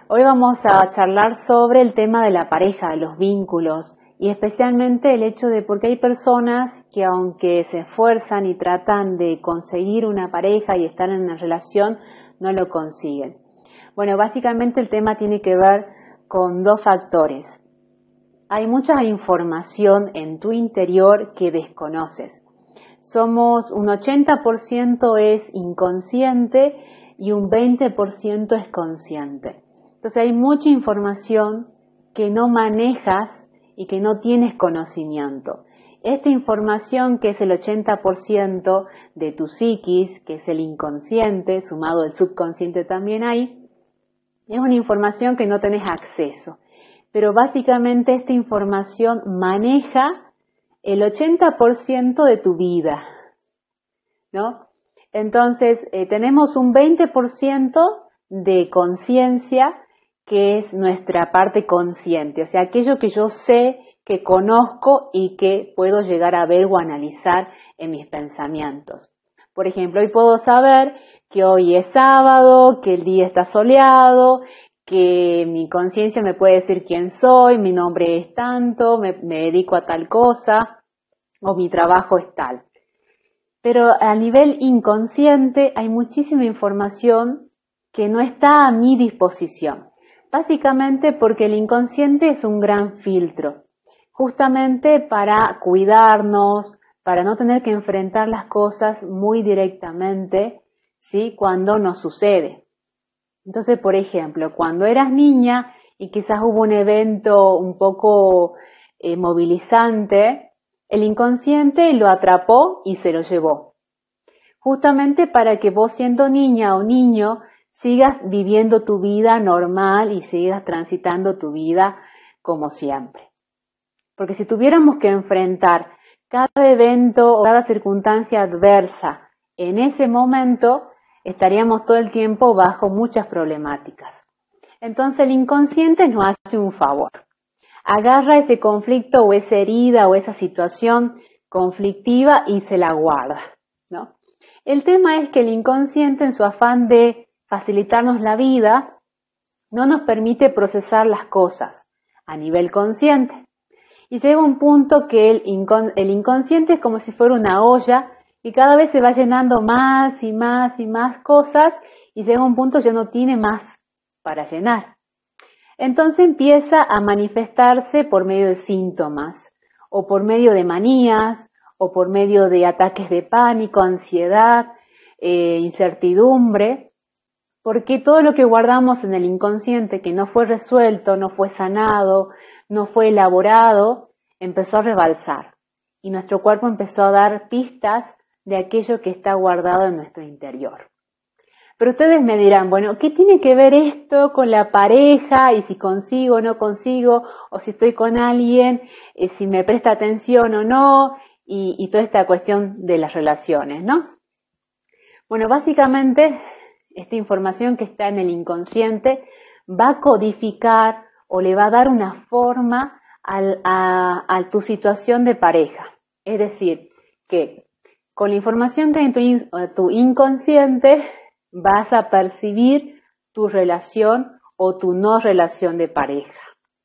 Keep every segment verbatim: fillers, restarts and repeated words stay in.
Hoy vamos a charlar sobre el tema de la pareja, de los vínculos y especialmente el hecho de por qué hay personas que aunque se esfuerzan y tratan de conseguir una pareja y estar en una relación, no lo consiguen. Bueno, básicamente el tema tiene que ver con dos factores. Hay mucha información en tu interior que desconoces. Somos un ochenta por ciento es inconsciente y un veinte por ciento es consciente. Entonces hay mucha información que no manejas y que no tienes conocimiento. Esta información, que es el ochenta por ciento de tu psiquis, que es el inconsciente, sumado el subconsciente también hay, es una información que no tenés acceso. Pero básicamente esta información maneja el ochenta por ciento de tu vida, ¿no? Entonces, eh, tenemos un veinte por ciento de conciencia, que es nuestra parte consciente, o sea, aquello que yo sé, que conozco y que puedo llegar a ver o analizar en mis pensamientos. Por ejemplo, hoy puedo saber que hoy es sábado, que el día está soleado, que mi conciencia me puede decir quién soy, mi nombre es tanto, me, me dedico a tal cosa o mi trabajo es tal. Pero a nivel inconsciente hay muchísima información que no está a mi disposición. Básicamente porque el inconsciente es un gran filtro, justamente para cuidarnos, para no tener que enfrentar las cosas muy directamente, ¿sí?, cuando nos sucede. Entonces, por ejemplo, cuando eras niña y quizás hubo un evento un poco eh, movilizante, el inconsciente lo atrapó y se lo llevó. Justamente para que vos, siendo niña o niño, sigas viviendo tu vida normal y sigas transitando tu vida como siempre. Porque si tuviéramos que enfrentar cada evento o cada circunstancia adversa en ese momento, estaríamos todo el tiempo bajo muchas problemáticas. Entonces el inconsciente nos hace un favor. Agarra ese conflicto o esa herida o esa situación conflictiva y se la guarda, ¿no? El tema es que el inconsciente, en su afán de facilitarnos la vida, no nos permite procesar las cosas a nivel consciente. Y llega un punto que el, incon- el inconsciente es como si fuera una olla y cada vez se va llenando más y más y más cosas y llega un punto que ya no tiene más para llenar. Entonces empieza a manifestarse por medio de síntomas o por medio de manías o por medio de ataques de pánico, ansiedad, eh, incertidumbre, porque todo lo que guardamos en el inconsciente que no fue resuelto, no fue sanado, no fue elaborado, empezó a rebalsar y nuestro cuerpo empezó a dar pistas de aquello que está guardado en nuestro interior. Pero ustedes me dirán, bueno, ¿qué tiene que ver esto con la pareja y si consigo o no consigo, o si estoy con alguien, eh, si me presta atención o no, y, y toda esta cuestión de las relaciones, ¿no? Bueno, básicamente esta información que está en el inconsciente va a codificar o le va a dar una forma al, a, a tu situación de pareja. Es decir, que con la información que hay en tu, in, tu inconsciente vas a percibir tu relación o tu no relación de pareja.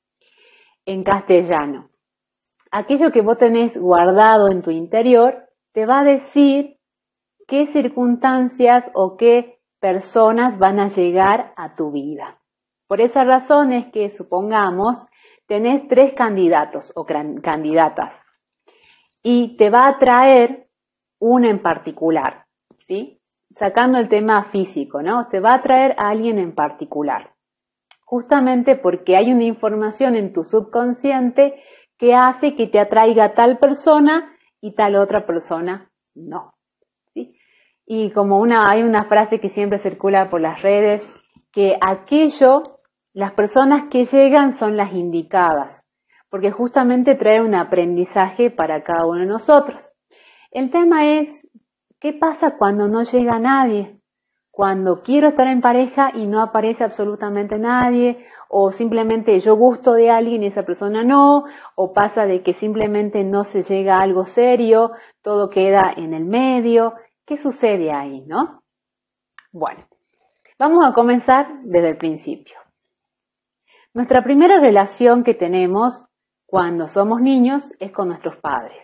En castellano, aquello que vos tenés guardado en tu interior te va a decir qué circunstancias o qué personas van a llegar a tu vida. Por esa razón es que, supongamos, tenés tres candidatos o candidatas y te va a atraer una en particular, ¿sí? Sacando el tema físico, ¿no? Te va a atraer a alguien en particular, justamente porque hay una información en tu subconsciente que hace que te atraiga tal persona y tal otra persona no, ¿sí? Y como una, hay una frase que siempre circula por las redes, que aquello, las personas que llegan son las indicadas, porque justamente trae un aprendizaje para cada uno de nosotros. El tema es, ¿qué pasa cuando no llega nadie? Cuando quiero estar en pareja y no aparece absolutamente nadie, o simplemente yo gusto de alguien y esa persona no, o pasa de que simplemente no se llega a algo serio, todo queda en el medio. ¿Qué sucede ahí, no? Bueno, vamos a comenzar desde el principio. Nuestra primera relación que tenemos cuando somos niños es con nuestros padres.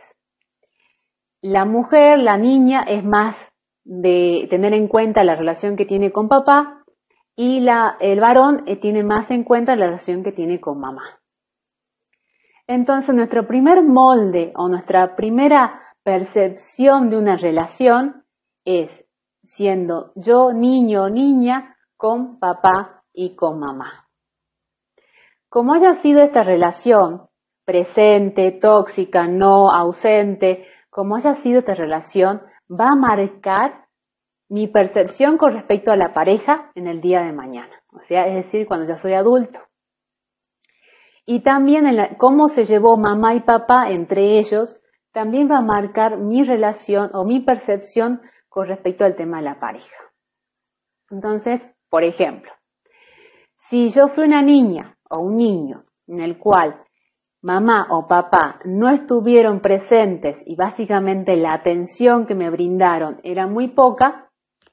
La mujer, la niña, es más de tener en cuenta la relación que tiene con papá y la, el varón eh, tiene más en cuenta la relación que tiene con mamá. Entonces, nuestro primer molde o nuestra primera percepción de una relación es siendo yo niño o niña con papá y con mamá. Como haya sido esta relación, presente, tóxica, no, ausente, como haya sido esta relación, va a marcar mi percepción con respecto a la pareja en el día de mañana. O sea, es decir, cuando ya soy adulto. Y también en la, cómo se llevó mamá y papá entre ellos, también va a marcar mi relación o mi percepción con respecto al tema de la pareja. Entonces, por ejemplo, si yo fui una niña o un niño en el cual mamá o papá no estuvieron presentes y básicamente la atención que me brindaron era muy poca,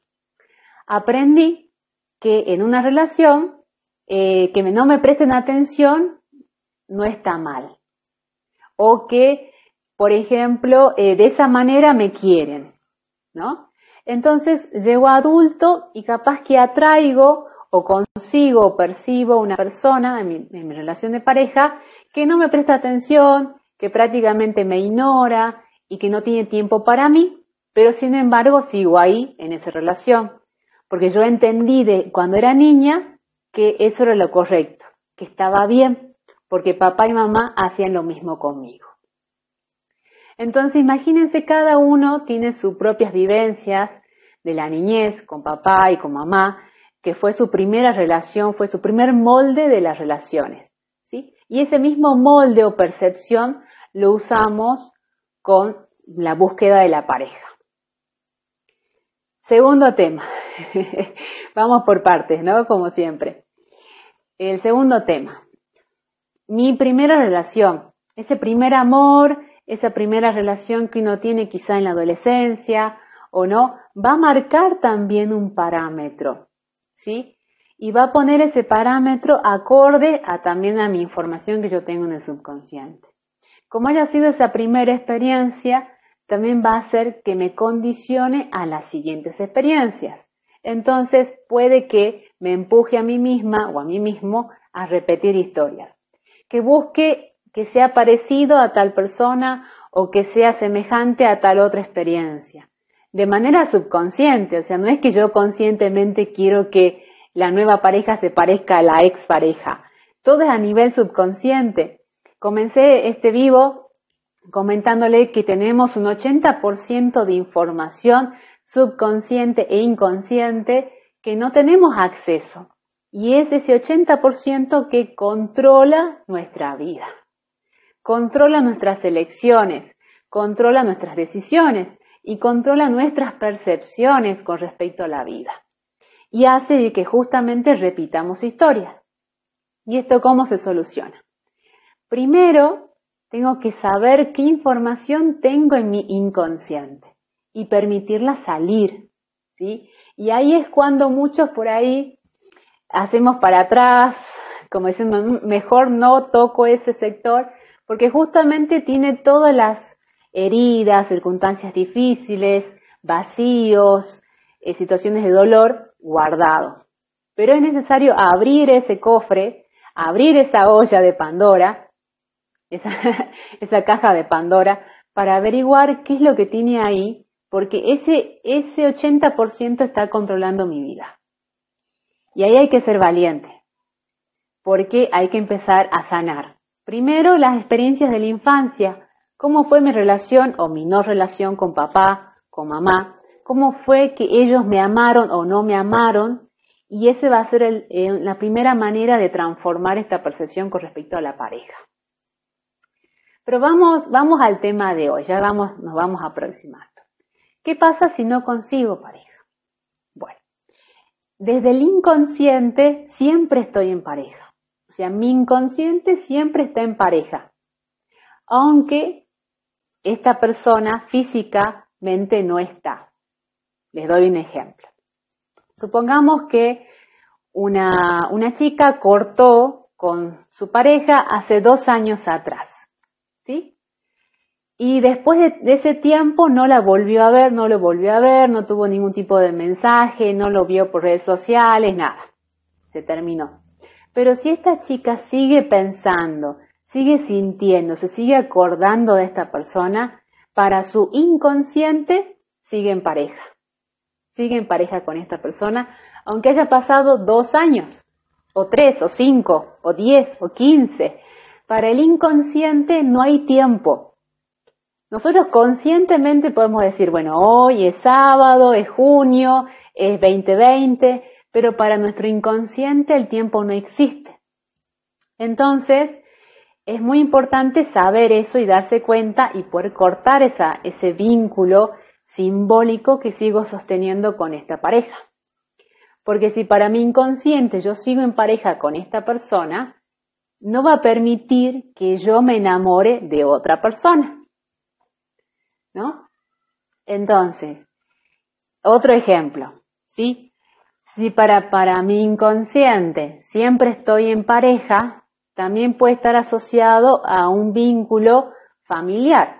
aprendí que en una relación eh, que no me presten atención no está mal. O que, por ejemplo, eh, de esa manera me quieren, ¿no? Entonces llego a adulto y capaz que atraigo o consigo o percibo una persona en mi, en mi relación de pareja que no me presta atención, que prácticamente me ignora y que no tiene tiempo para mí, pero sin embargo sigo ahí en esa relación, porque yo entendí de cuando era niña que eso era lo correcto, que estaba bien, porque papá y mamá hacían lo mismo conmigo. Entonces imagínense, cada uno tiene sus propias vivencias de la niñez con papá y con mamá, que fue su primera relación, fue su primer molde de las relaciones, ¿sí? Y ese mismo molde o percepción lo usamos con la búsqueda de la pareja. Segundo tema, vamos por partes, ¿no? Como siempre. El segundo tema, mi primera relación, ese primer amor, esa primera relación que uno tiene quizá en la adolescencia o no, va a marcar también un parámetro, ¿sí? Y va a poner ese parámetro acorde a también a mi información que yo tengo en el subconsciente. Como haya sido esa primera experiencia, también va a hacer que me condicione a las siguientes experiencias. Entonces puede que me empuje a mí misma o a mí mismo a repetir historias. Que busque que sea parecido a tal persona o que sea semejante a tal otra experiencia. De manera subconsciente, o sea, no es que yo conscientemente quiero que la nueva pareja se parezca a la expareja. Todo es a nivel subconsciente. Comencé este vivo comentándole que tenemos un ochenta por ciento de información subconsciente e inconsciente que no tenemos acceso. Y es ese ochenta por ciento que controla nuestra vida, controla nuestras elecciones, controla nuestras decisiones y controla nuestras percepciones con respecto a la vida. Y hace que justamente repitamos historias. ¿Y esto cómo se soluciona? Primero, tengo que saber qué información tengo en mi inconsciente y permitirla salir, ¿sí? Y ahí es cuando muchos por ahí hacemos para atrás, como diciendo, mejor no toco ese sector, porque justamente tiene todas las heridas, circunstancias difíciles, vacíos, eh, situaciones de dolor guardados. Pero es necesario abrir ese cofre, abrir esa olla de Pandora, esa, esa caja de Pandora, para averiguar qué es lo que tiene ahí, porque ese, ese ochenta por ciento está controlando mi vida. Y ahí hay que ser valiente, porque hay que empezar a sanar. Primero, las experiencias de la infancia. ¿Cómo fue mi relación o mi no relación con papá, con mamá? ¿Cómo fue que ellos me amaron o no me amaron? Y ese va a ser el, eh, la primera manera de transformar esta percepción con respecto a la pareja. Pero vamos, vamos al tema de hoy, ya vamos, nos vamos aproximando. ¿Qué pasa si no consigo pareja? Bueno, desde el inconsciente siempre estoy en pareja. O sea, mi inconsciente siempre está en pareja. Aunque esta persona físicamente no está. Les doy un ejemplo. Supongamos que una, una chica cortó con su pareja hace dos años atrás, ¿sí? Y después de, de ese tiempo no la volvió a ver, no lo volvió a ver, no tuvo ningún tipo de mensaje, no lo vio por redes sociales, nada. Se terminó. Pero si esta chica sigue pensando, sigue sintiendo, se sigue acordando de esta persona, para su inconsciente sigue en pareja. Sigue en pareja con esta persona, aunque haya pasado dos años, o tres, o cinco, o diez, o quince. Para el inconsciente no hay tiempo. Nosotros conscientemente podemos decir, bueno, hoy es sábado, es junio, es veinte veinte, pero para nuestro inconsciente el tiempo no existe. Entonces, es muy importante saber eso y darse cuenta y poder cortar esa, ese vínculo simbólico que sigo sosteniendo con esta pareja. Porque si para mi inconsciente yo sigo en pareja con esta persona, no va a permitir que yo me enamore de otra persona, ¿no? Entonces, otro ejemplo, ¿sí? Si para, para mi inconsciente siempre estoy en pareja, también puede estar asociado a un vínculo familiar.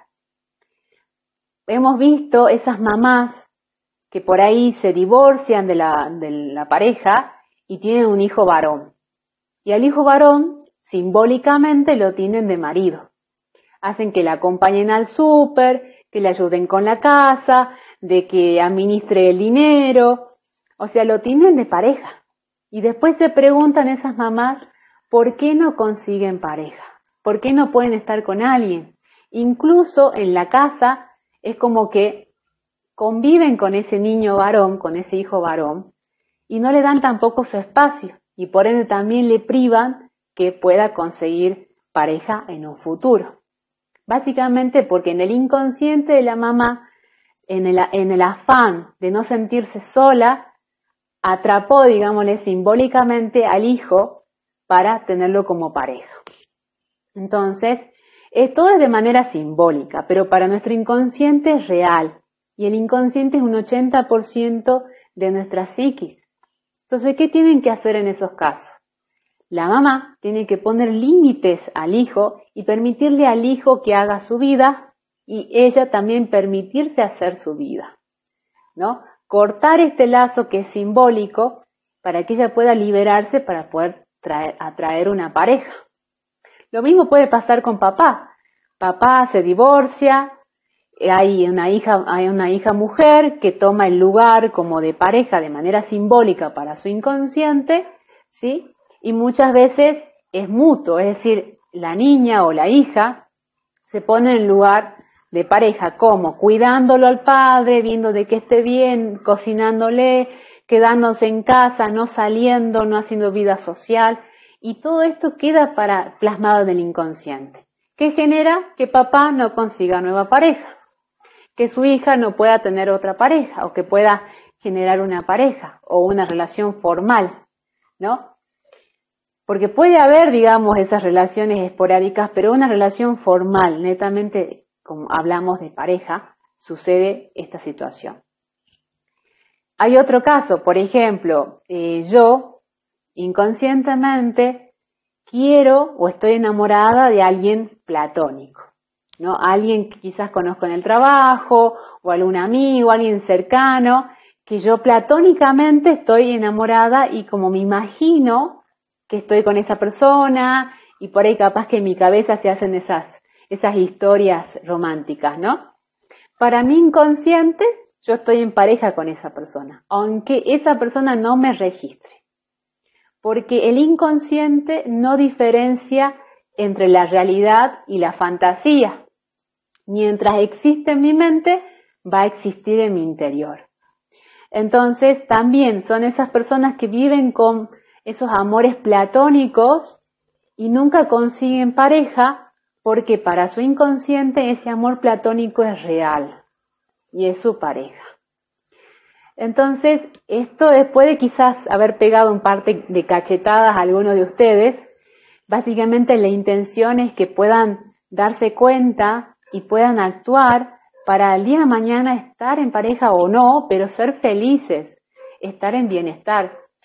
Hemos visto esas mamás que por ahí se divorcian de la, de la pareja y tienen un hijo varón. Y al hijo varón, simbólicamente, lo tienen de marido. Hacen que la acompañen al súper, que le ayuden con la casa, de que administre el dinero. O sea, lo tienen de pareja. Y después se preguntan esas mamás, ¿por qué no consiguen pareja? ¿Por qué no pueden estar con alguien? Incluso en la casa es como que conviven con ese niño varón, con ese hijo varón, y no le dan tampoco su espacio, y por ende también le privan que pueda conseguir pareja en un futuro. Básicamente porque en el inconsciente de la mamá, en el, en el afán de no sentirse sola, atrapó, digámosle, simbólicamente al hijo para tenerlo como pareja. Entonces, todo es de manera simbólica, pero para nuestro inconsciente es real. Y el inconsciente es un ochenta por ciento de nuestra psiquis. Entonces, ¿qué tienen que hacer en esos casos? La mamá tiene que poner límites al hijo y permitirle al hijo que haga su vida y ella también permitirse hacer su vida, ¿no? Cortar este lazo que es simbólico para que ella pueda liberarse para poder traer, atraer una pareja. Lo mismo puede pasar con papá. Papá se divorcia, hay una hija, hay una hija mujer que toma el lugar como de pareja de manera simbólica para su inconsciente, ¿sí? Y muchas veces es mutuo, es decir, la niña o la hija se pone en lugar de pareja, como cuidándolo al padre, viendo de que esté bien, cocinándole, quedándose en casa, no saliendo, no haciendo vida social, y todo esto queda para, plasmado en el inconsciente, que genera que papá no consiga nueva pareja, que su hija no pueda tener otra pareja, o que pueda generar una pareja, o una relación formal, ¿no? Porque puede haber, digamos, esas relaciones esporádicas, pero una relación formal, netamente, como hablamos de pareja, sucede esta situación. Hay otro caso, por ejemplo, eh, yo inconscientemente quiero o estoy enamorada de alguien platónico, ¿no? Alguien que quizás conozco en el trabajo, o algún amigo, alguien cercano, que yo platónicamente estoy enamorada y como me imagino que estoy con esa persona y por ahí capaz que en mi cabeza se hacen esas, esas historias románticas, ¿no? Para mi inconsciente, yo estoy en pareja con esa persona, aunque esa persona no me registre. Porque el inconsciente no diferencia entre la realidad y la fantasía. Mientras existe en mi mente, va a existir en mi interior. Entonces, también son esas personas que viven con esos amores platónicos y nunca consiguen pareja porque para su inconsciente ese amor platónico es real y es su pareja. Entonces, esto puede quizás haber pegado un par de cachetadas a algunos de ustedes. Básicamente la intención es que puedan darse cuenta y puedan actuar para el día de mañana estar en pareja o no, pero ser felices, estar en bienestar.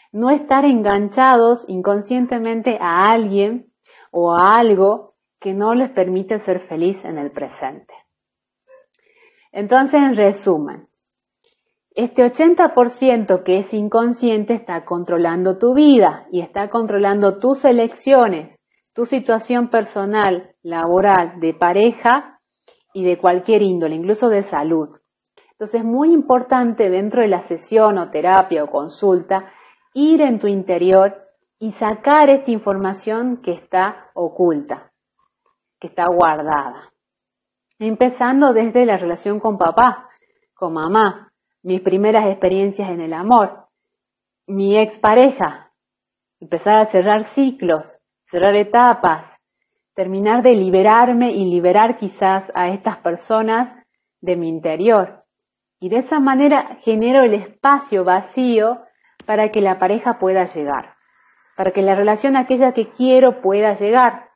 no estar enganchados inconscientemente a alguien o a algo que no les permite ser feliz en el presente. Entonces, en resumen, este ochenta por ciento que es inconsciente está controlando tu vida y está controlando tus elecciones, tu situación personal, laboral, de pareja y de cualquier índole, incluso de salud. Entonces es muy importante dentro de la sesión o terapia o consulta ir en tu interior y sacar esta información que está oculta, que está guardada. Empezando desde la relación con papá, con mamá, mis primeras experiencias en el amor, mi expareja, empezar a cerrar ciclos, cerrar etapas, terminar de liberarme y liberar quizás a estas personas de mi interior. Y de esa manera genero el espacio vacío para que la pareja pueda llegar, para que la relación aquella que quiero pueda llegar.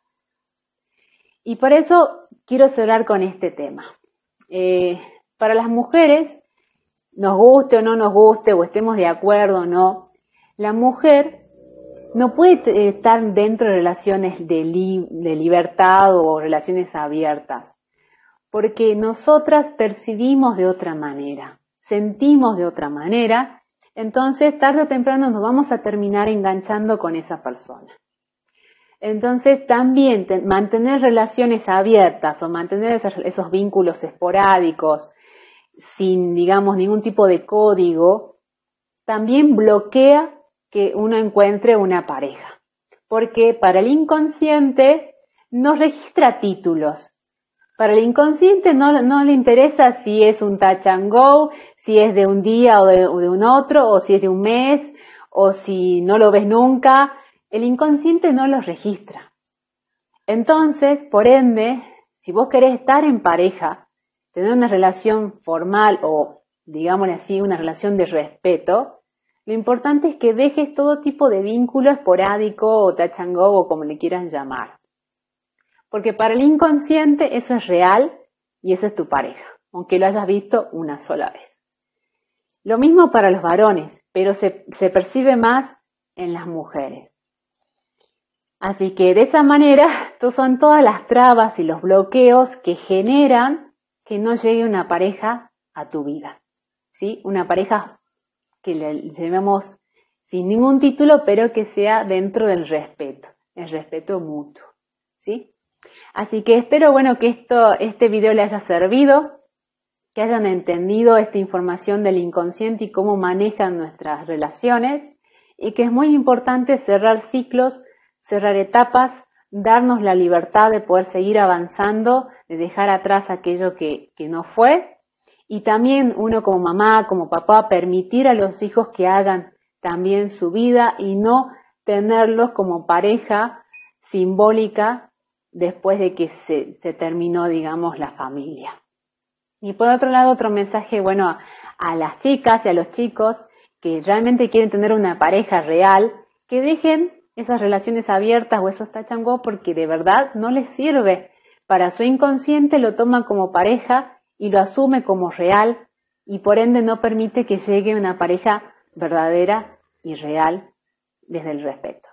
Y por eso quiero cerrar con este tema. Eh, para las mujeres, nos guste o no nos guste, o estemos de acuerdo o no, la mujer no puede estar dentro de relaciones de, li- de libertad o relaciones abiertas, porque nosotras percibimos de otra manera, sentimos de otra manera, entonces tarde o temprano nos vamos a terminar enganchando con esa persona. Entonces también te, mantener relaciones abiertas o mantener esos, esos vínculos esporádicos sin, digamos, ningún tipo de código, también bloquea que uno encuentre una pareja. Porque para el inconsciente no registra títulos. Para el inconsciente no, no le interesa si es un touch and go, si es de un día o de, o de un otro, o si es de un mes, o si no lo ves nunca. El inconsciente no lo registra. Entonces, por ende, si vos querés estar en pareja, tener una relación formal o, digámosle así, una relación de respeto, lo importante es que dejes todo tipo de vínculo esporádico o touch and go o como le quieran llamar. Porque para el inconsciente eso es real y esa es tu pareja, aunque lo hayas visto una sola vez. Lo mismo para los varones, pero se, se percibe más en las mujeres. Así que de esa manera son todas las trabas y los bloqueos que generan que no llegue una pareja a tu vida, ¿sí? Una pareja que le llevemos sin ningún título, pero que sea dentro del respeto, el respeto mutuo, ¿sí? Así que espero, bueno, que esto, este video le haya servido, que hayan entendido esta información del inconsciente y cómo manejan nuestras relaciones, y que es muy importante cerrar ciclos, cerrar etapas, darnos la libertad de poder seguir avanzando, de dejar atrás aquello que, que no fue, y también uno como mamá, como papá, permitir a los hijos que hagan también su vida y no tenerlos como pareja simbólica después de que se, se terminó, digamos, la familia. Y por otro lado, otro mensaje, bueno, a, a las chicas y a los chicos que realmente quieren tener una pareja real, que dejen esas relaciones abiertas o esos touch and go porque de verdad no les sirve. Para su inconsciente lo toma como pareja y lo asume como real y por ende no permite que llegue una pareja verdadera y real desde el respeto.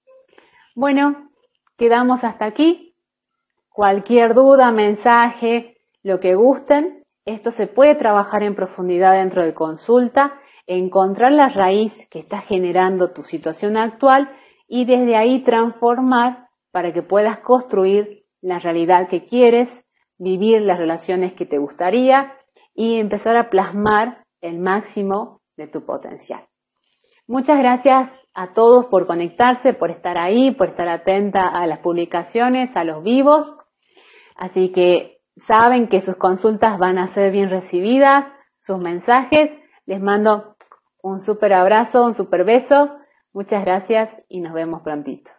Bueno, quedamos hasta aquí. Cualquier duda, mensaje, lo que gusten, esto se puede trabajar en profundidad dentro de consulta, encontrar la raíz que está generando tu situación actual y desde ahí transformar para que puedas construir la realidad que quieres, vivir las relaciones que te gustaría y empezar a plasmar el máximo de tu potencial. Muchas gracias a todos por conectarse, por estar ahí, por estar atenta a las publicaciones, a los vivos. Así que saben que sus consultas van a ser bien recibidas, sus mensajes. Les mando un súper abrazo, un súper beso. Muchas gracias y nos vemos prontito.